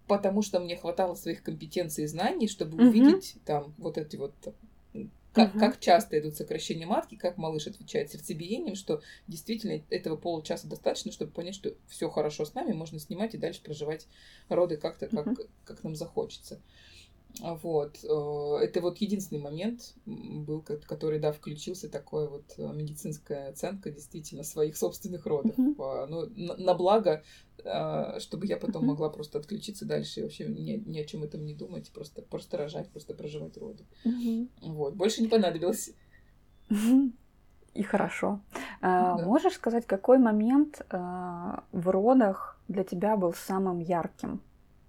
потому что мне хватало своих компетенций и знаний, чтобы Мгм. увидеть там вот эти вот, м, как, Мгм. как часто идут сокращения матки, как малыш отвечает сердцебиением, что действительно этого получаса достаточно, чтобы понять, что все хорошо с нами, можно снимать и дальше проживать роды как-то, как, Мгм. как нам захочется. А Вот. э, Это вот единственный момент м, был, ко- который, да, включился такой вот э, медицинская оценка действительно своих собственных родов. Мгм. А, Ну, на на благо, а, чтобы я потом Мгм. могла просто отключиться дальше и вообще ни, ни о чем этом не думать, просто, просто рожать, просто проживать роды. Мгм. Вот. Больше не понадобилось. Мгм. И хорошо. Ну А, да. Можешь сказать, какой момент а, в родах для тебя был самым ярким?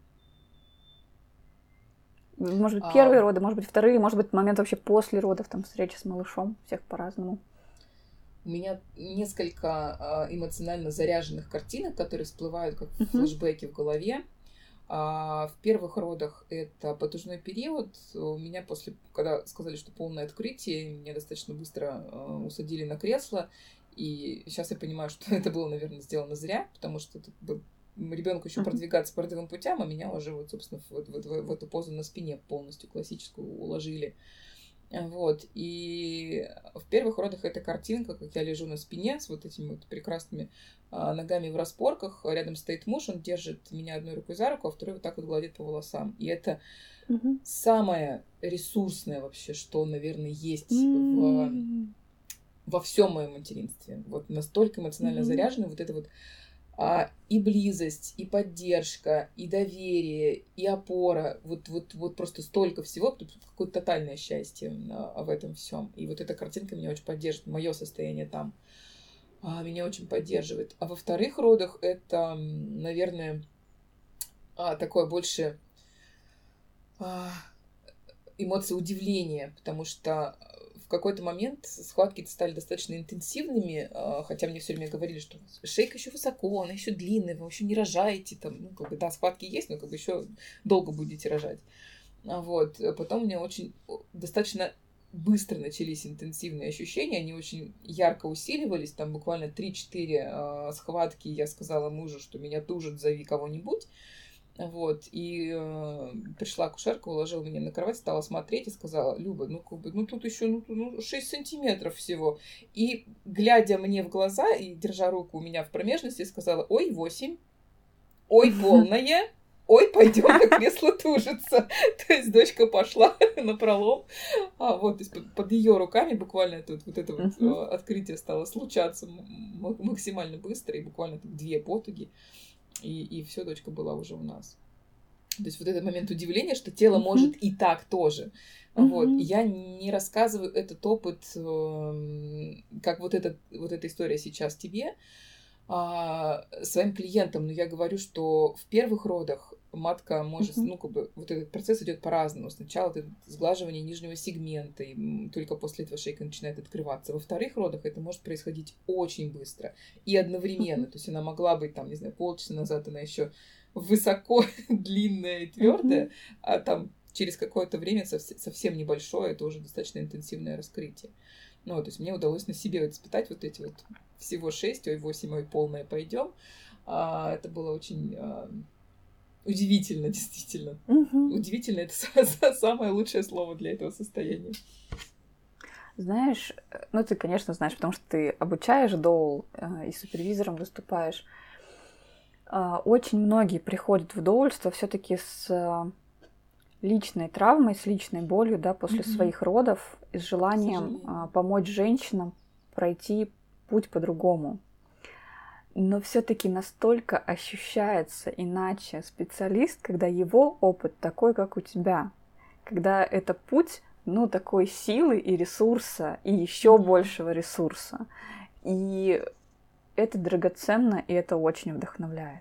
Может быть, А, первые роды, может быть, вторые, может быть, момент вообще после родов, там, встречи с малышом, всех по-разному. У меня несколько а, эмоционально заряженных картинок, которые всплывают как Мгм. флешбеки в голове. А в первых родах это потужной период. У меня после, когда сказали, что полное открытие, меня достаточно быстро э, усадили на кресло. И сейчас я понимаю, что это было, наверное, сделано зря, потому что это был ребенку еще Мгм. продвигаться по родовым путям, а меня уже вот, собственно, в, в- в- в эту позу на спине полностью классическую уложили. Вот. И в первых родах эта картинка, как я лежу на спине с вот этими вот прекрасными а, ногами в распорках. Рядом стоит муж, он держит меня одной рукой за руку, а второй вот так вот гладит по волосам. И это Мгм. самое ресурсное вообще, что, наверное, есть в, М. во всем моем материнстве. Вот настолько эмоционально Мгм. заряженный вот это вот а, и близость, и поддержка, и доверие, и опора. Вот, вот, вот просто столько всего, тут какое-то тотальное счастье а, в этом всем. И вот эта картинка меня очень поддерживает, мое состояние там а, меня очень поддерживает. А во вторых родах это, м, наверное, а, такое больше а, эмоции удивления, потому что э, в какой-то момент схватки стали достаточно интенсивными, а, хотя мне все время говорили, что шейка еще высоко, она еще длинная, вы еще не рожаете, там, ну, как бы, да, схватки есть, но как бы еще долго будете рожать. А Вот. а Потом у меня очень о, достаточно быстро начались интенсивные ощущения, они очень ярко усиливались, там буквально три-четыре э, схватки, я сказала мужу, что меня тужит, зови кого-нибудь. Вот, и э, пришла акушерка, уложила меня на кровать, стала смотреть и сказала: Люба, ну, как бы, ну тут еще ну, ну, шесть сантиметров всего. И, глядя мне в глаза и держа руку у меня в промежности, сказала: ой, восемь, ой, полная, ой, пойдем на кресло тужиться. То есть дочка пошла на пролом, а вот из-под, под ее руками буквально это, вот, вот это вот Мгм. э, открытие стало случаться м- м- максимально быстро, и буквально там две потуги, и, и все, дочка была уже у нас. То есть вот этот момент удивления, что тело Мгм. может и так тоже. Вот. И Мгм. я не рассказываю этот опыт, эм, как вот, этот, вот эта история сейчас тебе, а, своим клиентам, но я говорю, что в первых родах матка может, Мгм. ну, как бы, вот этот процесс идет по-разному. Сначала это сглаживание нижнего сегмента, и м, только после этого шейка начинает открываться. Во вторых родах это может происходить очень быстро и одновременно. Мгм. То есть она могла быть, там, не знаю, полчаса назад она еще высоко длинная и Мгм. твердая, а там через какое-то время совсем, совсем небольшое, это уже достаточно интенсивное раскрытие. Ну, вот, то есть мне удалось на себе вот испытать вот эти вот всего шесть, ой, восемь, ой, полное пойдем. А, это было очень а, удивительно, действительно. Мгм. Удивительно, это са- са- самое лучшее слово для этого состояния. Знаешь, э, ну ты, конечно, знаешь, потому что ты обучаешь доул э, и супервизором выступаешь. А, Очень многие приходят в доульство все-таки с э, личной травмой, с личной болью, да, после Мгм. своих родов и с К желанием а, сожалению. помочь женщинам пройти путь по-другому. Но все-таки настолько ощущается иначе специалист, когда его опыт такой, как у тебя, когда это путь, ну, такой силы и ресурса, и еще Мгм. большего ресурса. И это драгоценно, и это очень вдохновляет.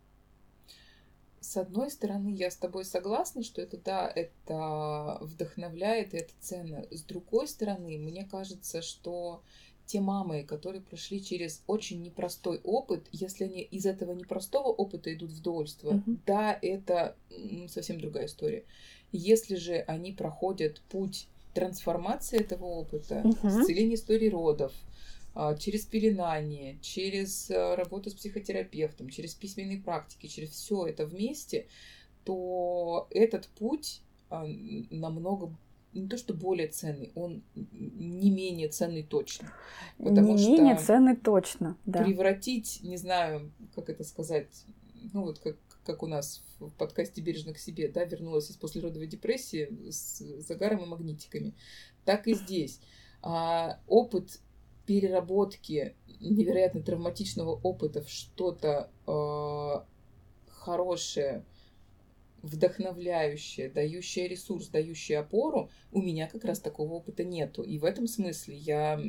С одной стороны, я с тобой согласна, что это, да, это вдохновляет, и это ценно. С другой стороны, мне кажется, что те мамы, которые прошли через очень непростой опыт, если они из этого непростого опыта идут в довольство, Мгм. да, это м, совсем другая история. Если же они проходят путь трансформации этого опыта, Мгм. исцеления истории родов, а, через пеленание, через а, работу с психотерапевтом, через письменные практики, через все это вместе, то этот путь а, намного, не то что более ценный, он не менее ценный точно. Потому не что менее ценный точно, да. превратить, не знаю, как это сказать, ну вот как, как у нас в подкасте «Бережно к себе», да, вернулась из послеродовой депрессии с загаром и магнитиками, так и здесь. А, опыт переработки невероятно травматичного опыта в что-то э, хорошее, вдохновляющее, дающее ресурс, дающее опору, у меня как раз такого опыта нету. И в этом смысле я...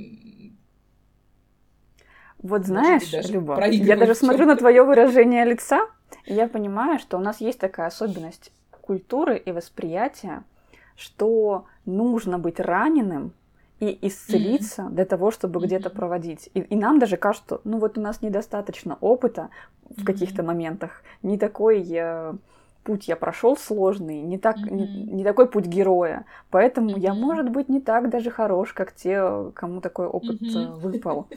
Вот знаешь, быть, даже Люба, проигрываю я даже в чём-то. смотрю на твое выражение лица, и я понимаю, что у нас есть такая особенность культуры и восприятия, что нужно быть раненым и исцелиться Mm-hmm. для того, чтобы mm-hmm. где-то проводить. И, и нам даже кажется, ну вот у нас недостаточно опыта в mm-hmm. каких-то моментах, не такой э, путь я прошел сложный, не, так, mm-hmm. не, не такой путь героя, поэтому mm-hmm. я, может быть, не так даже хорош, как те, кому такой опыт mm-hmm. выпал.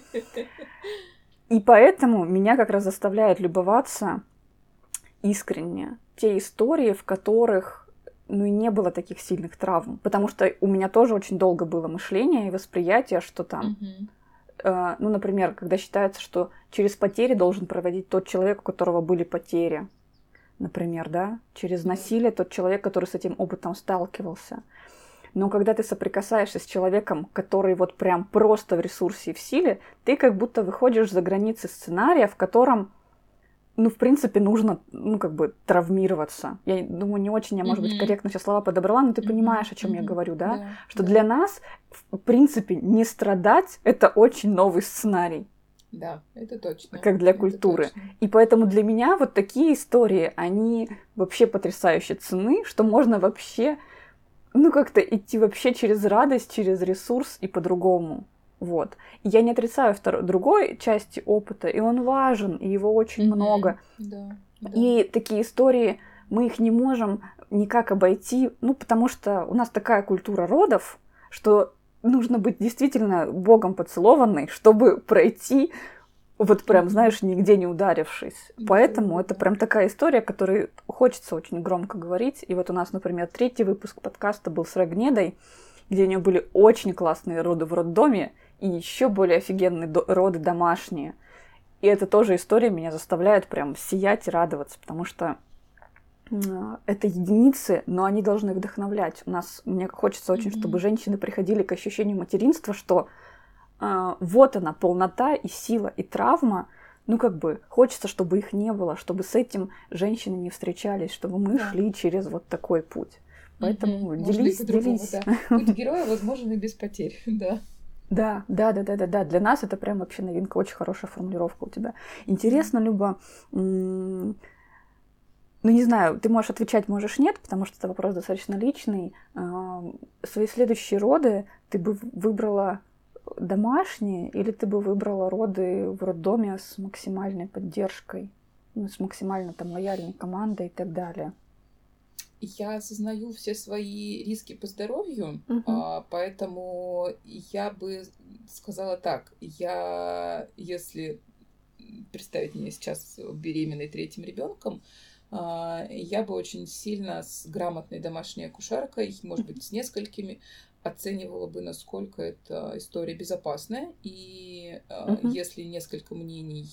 И поэтому меня как раз заставляет любоваться искренне те истории, в которых ну и не было таких сильных травм. Потому что у меня тоже очень долго было мышление и восприятие, что там... Mm-hmm. Э, ну, например, когда считается, что через потери должен проводить тот человек, у которого были потери. Например, да? Через насилие тот человек, который с этим опытом сталкивался. Но когда ты соприкасаешься с человеком, который вот прям просто в ресурсе и в силе, ты как будто выходишь за границы сценария, в котором ну, в принципе, нужно, ну, как бы, травмироваться. Я думаю, не очень я, может mm-hmm. быть, корректно все слова подобрала, но ты mm-hmm. понимаешь, о чем mm-hmm. я говорю, да? Yeah. Что yeah. для нас, в принципе, не страдать — это очень новый сценарий. Да, это точно. Как для это культуры. Точно. И поэтому для меня вот такие истории, они вообще потрясающе ценны, что можно вообще, ну, как-то идти вообще через радость, через ресурс и по-другому. Вот. И я не отрицаю второй, другой части опыта, и он важен, и его очень mm-hmm. много. Да, да. И такие истории, мы их не можем никак обойти, ну, потому что у нас такая культура родов, что нужно быть действительно Богом поцелованной, чтобы пройти, вот прям, знаешь, нигде не ударившись. Mm-hmm. Поэтому mm-hmm. это прям такая история, о которой хочется очень громко говорить. И вот у нас, например, третий выпуск подкаста был с Рогнедой, где у нее были очень классные роды в роддоме, и еще более офигенные до- роды домашние. И это тоже история меня заставляет прям сиять и радоваться, потому что э, это единицы, но они должны вдохновлять. У нас, мне хочется очень, mm-hmm. чтобы женщины приходили к ощущению материнства, что э, вот она, полнота и сила, и травма. Ну, как бы, хочется, чтобы их не было, чтобы с этим женщины не встречались, чтобы мы да. шли через вот такой путь. Поэтому mm-hmm. делись, делись. Да. Путь героя возможен и без потерь, да. Да, да, да, да, да, да. Для нас это прям вообще новинка, очень хорошая формулировка у тебя. Интересно, Люба, м- ну не знаю, ты можешь отвечать, можешь нет, потому что это вопрос достаточно личный. А- свои следующие роды ты бы выбрала домашние или ты бы выбрала роды в роддоме с максимальной поддержкой, ну, с максимально там лояльной командой и так далее? Я осознаю все свои риски по здоровью, uh-huh. а, поэтому я бы сказала так. Я, если представить меня сейчас беременной третьим ребенком, а, я бы очень сильно с грамотной домашней акушеркой, может быть, с несколькими, оценивала бы, насколько эта история безопасная. И uh-huh. если несколько мнений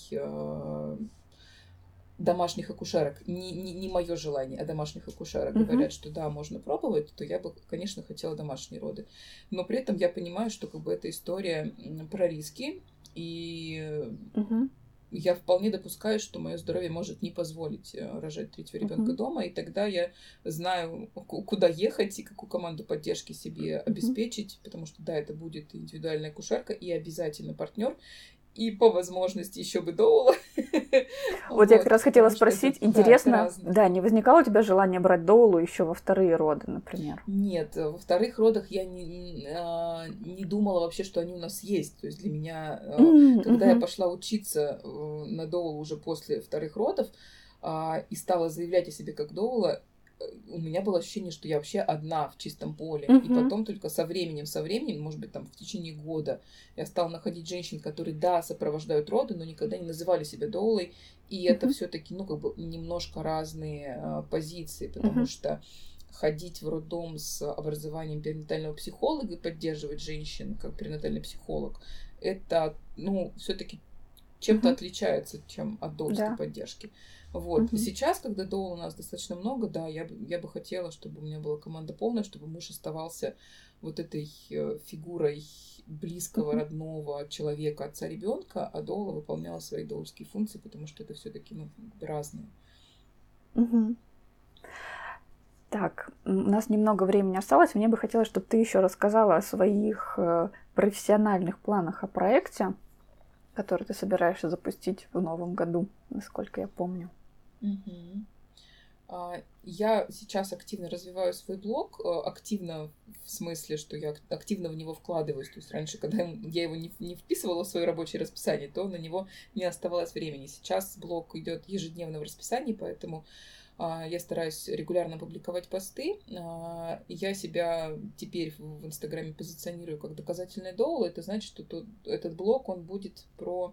домашних акушерок, не, не, не мое желание, а домашних акушерок uh-huh. говорят, что да, можно пробовать, то я бы, конечно, хотела домашние роды. Но при этом я понимаю, что как бы эта история про риски, и uh-huh. я вполне допускаю, что мое здоровье может не позволить рожать третьего ребенка uh-huh. дома, и тогда я знаю, куда ехать и какую команду поддержки себе uh-huh. обеспечить, потому что да, это будет индивидуальная акушерка и обязательно партнер. И по возможности еще бы доула. Вот, вот я как раз хотела спросить, это, интересно, да, да, не возникало у тебя желания брать доулу еще во вторые роды, например? Нет, во вторых родах я не, не думала вообще, что они у нас есть. То есть для меня, mm-hmm. когда mm-hmm. я пошла учиться на доулу уже после вторых родов и стала заявлять о себе как доула, у меня было ощущение, что я вообще одна в чистом поле. Мгм. И потом только со временем, со временем, может быть, там в течение года я стала находить женщин, которые, да, сопровождают роды, но никогда не называли себя доулой. И это Мгм. все-таки, ну, как бы немножко разные а, позиции, потому Мгм. что ходить в роддом с образованием перинатального психолога и поддерживать женщин как перинатальный психолог, это, ну, все-таки чем-то Мгм. отличается, чем от доульской Да. поддержки. Вот. Мгм. Сейчас, когда доул у нас достаточно много, да, я бы, я бы хотела, чтобы у меня была команда полная, чтобы муж оставался вот этой э, фигурой близкого, Мгм. родного человека, отца ребенка, а доула выполняла свои доульские функции, потому что это все-таки, ну, разные. Мгм. Так, м, у нас немного времени осталось. Мне бы хотелось, чтобы ты еще рассказала о своих э, профессиональных планах о проекте, который ты собираешься запустить в новом году, насколько я помню. Мгм. А, Я сейчас активно развиваю свой блог, э, активно в смысле, что я ак- активно в него вкладываюсь. То есть раньше, когда м- я его не, не вписывала в свое рабочее расписание, то на него не оставалось времени. Сейчас блог идет ежедневно в расписании, поэтому а, я стараюсь регулярно публиковать посты. А, Я себя теперь в в Инстаграме позиционирую как доказательный доул. Это значит, что тот- этот блог, он будет про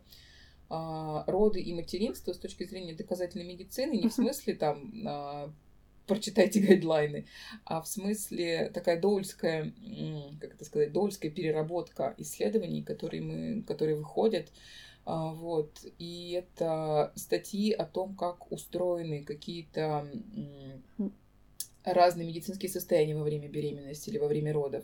а, роды и материнство с точки зрения доказательной медицины, не в Мгм. смысле там а, прочитайте гайдлайны, а в смысле такая доульская, м, как это сказать, доульская переработка исследований, которые, мы, которые выходят. А, Вот. И это статьи о том, как устроены какие-то м, Мгм. разные медицинские состояния во время беременности или во время родов.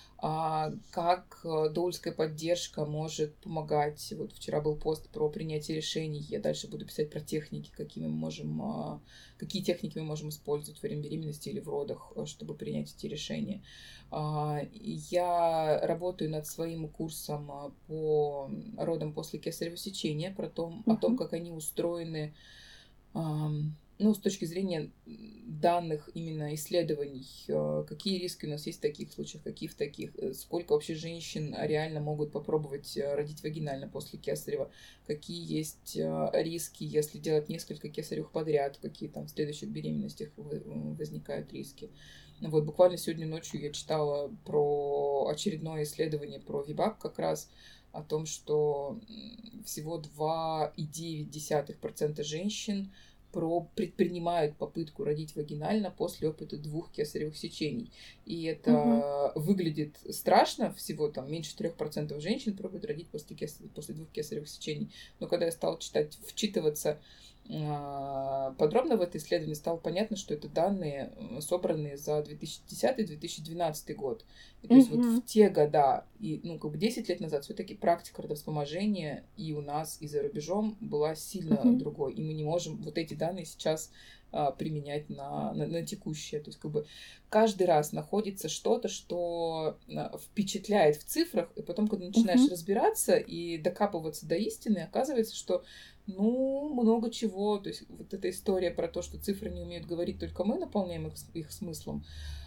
А как э, доульская поддержка может помогать. Вот вчера был пост про принятие решений. Я дальше буду писать про техники, какими мы можем, а, какие техники мы можем использовать во время беременности или в родах, э, чтобы принять эти решения. А, Я работаю над своим курсом а, по родам после кесарево сечения, про том, о том, Мгм. как они устроены, ам, ну, с точки зрения данных именно исследований, э, какие риски у нас есть в таких случаях, какие в таких, э, сколько вообще женщин реально могут попробовать э, родить вагинально после кесарева, какие есть э, риски, если делать несколько кесаревых подряд, какие там в следующих беременностях вы- возникают риски. Ну Вот буквально сегодня ночью я читала про очередное исследование про ВИБАК как раз, о том, что м, всего два и девять десятых процента женщин про предпринимают попытку родить вагинально после опыта двух кесаревых сечений. И Мгм. это выглядит страшно, всего там меньше трех процентов женщин пробуют родить после, кес... после двух кесаревых сечений. Но когда я стала читать, вчитываться а, подробно в это исследование, стало понятно, что это данные, м, собранные за две тысячи десятый - две тысячи двенадцатый год. И то есть вот в Мгм. те года, и, ну, как бы десять лет назад, все-таки практика родовспоможения и у нас, и за рубежом была сильно Мгм. другой. И мы не можем вот эти данные сейчас а, применять на, на, на текущее. То есть как бы каждый раз находится что-то, что а, впечатляет в цифрах, и потом, когда начинаешь Мгм. разбираться и докапываться до истины, оказывается, что ну, много чего. То есть вот эта история про то, что цифры не умеют говорить, только мы наполняем их, их смыслом.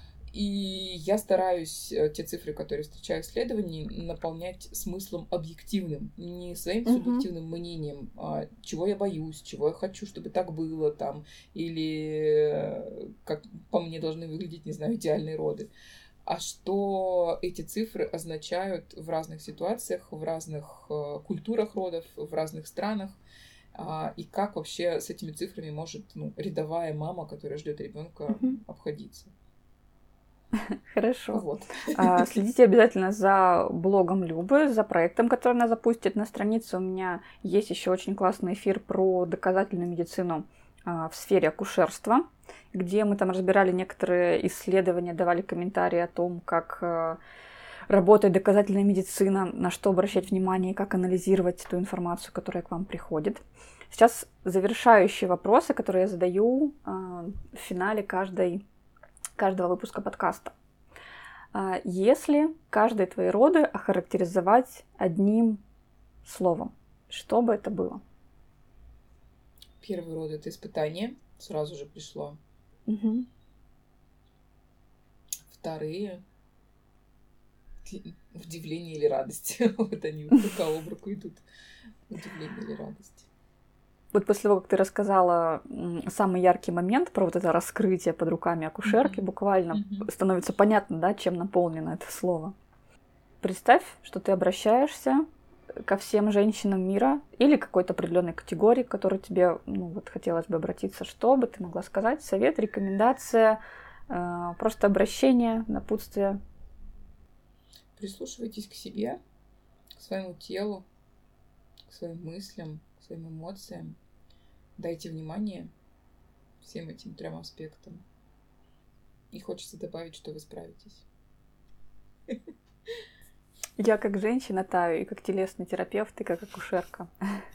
И я стараюсь э, те цифры, которые встречаю в исследовании, наполнять смыслом объективным, не своим Мгм. субъективным мнением, а чего я боюсь, чего я хочу, чтобы так было там, или э, как по мне должны выглядеть, не знаю, идеальные роды. А что эти цифры означают в разных ситуациях, в разных э, культурах родов, в разных странах, а, и как вообще с этими цифрами может, ну, рядовая мама, которая ждет ребенка, Мгм. обходиться. Хорошо. Вот. А, Следите обязательно за блогом Любы, за проектом, который она запустит. На странице у меня есть еще очень классный эфир про доказательную медицину а, в сфере акушерства, где мы там разбирали некоторые исследования, давали комментарии о том, как э, работает доказательная медицина, на что обращать внимание и как анализировать ту информацию, которая к вам приходит. Сейчас завершающие вопросы, которые я задаю а, в финале каждой, каждого выпуска подкаста. А, Если каждые твои роды охарактеризовать одним словом, что бы это было? Первый род — это испытание, сразу же пришло. Мгм. Вторые — удивление или радость. Вот они рука об руку идут. Удивление или радость. Вот после того, как ты рассказала самый яркий момент про вот это раскрытие под руками акушерки, mm-hmm. буквально mm-hmm. становится понятно, да, чем наполнено это слово. Представь, что ты обращаешься ко всем женщинам мира или какой-то определенной категории, к которой тебе, ну, вот хотелось бы обратиться. Что бы ты могла сказать? Совет, рекомендация, э, просто обращение, напутствие? Прислушивайтесь к себе, к своему телу, к своим мыслям, к своим эмоциям. Дайте внимание всем этим трем аспектам. И хочется добавить, что вы справитесь. Я как женщина таю, и как телесный терапевт, и как акушерка.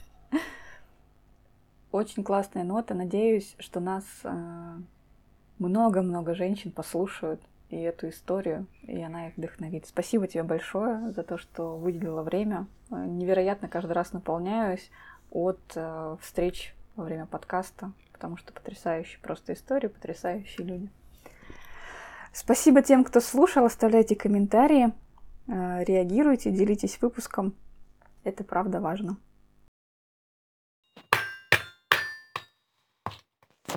Очень классная нота. Надеюсь, что нас много-много женщин послушают и эту историю, и она их вдохновит. Спасибо тебе большое за то, что выделила время. Невероятно каждый раз наполняюсь от встреч во время подкаста, потому что потрясающие просто истории, потрясающие люди. Спасибо тем, кто слушал. Оставляйте комментарии, реагируйте, делитесь выпуском. Это правда важно.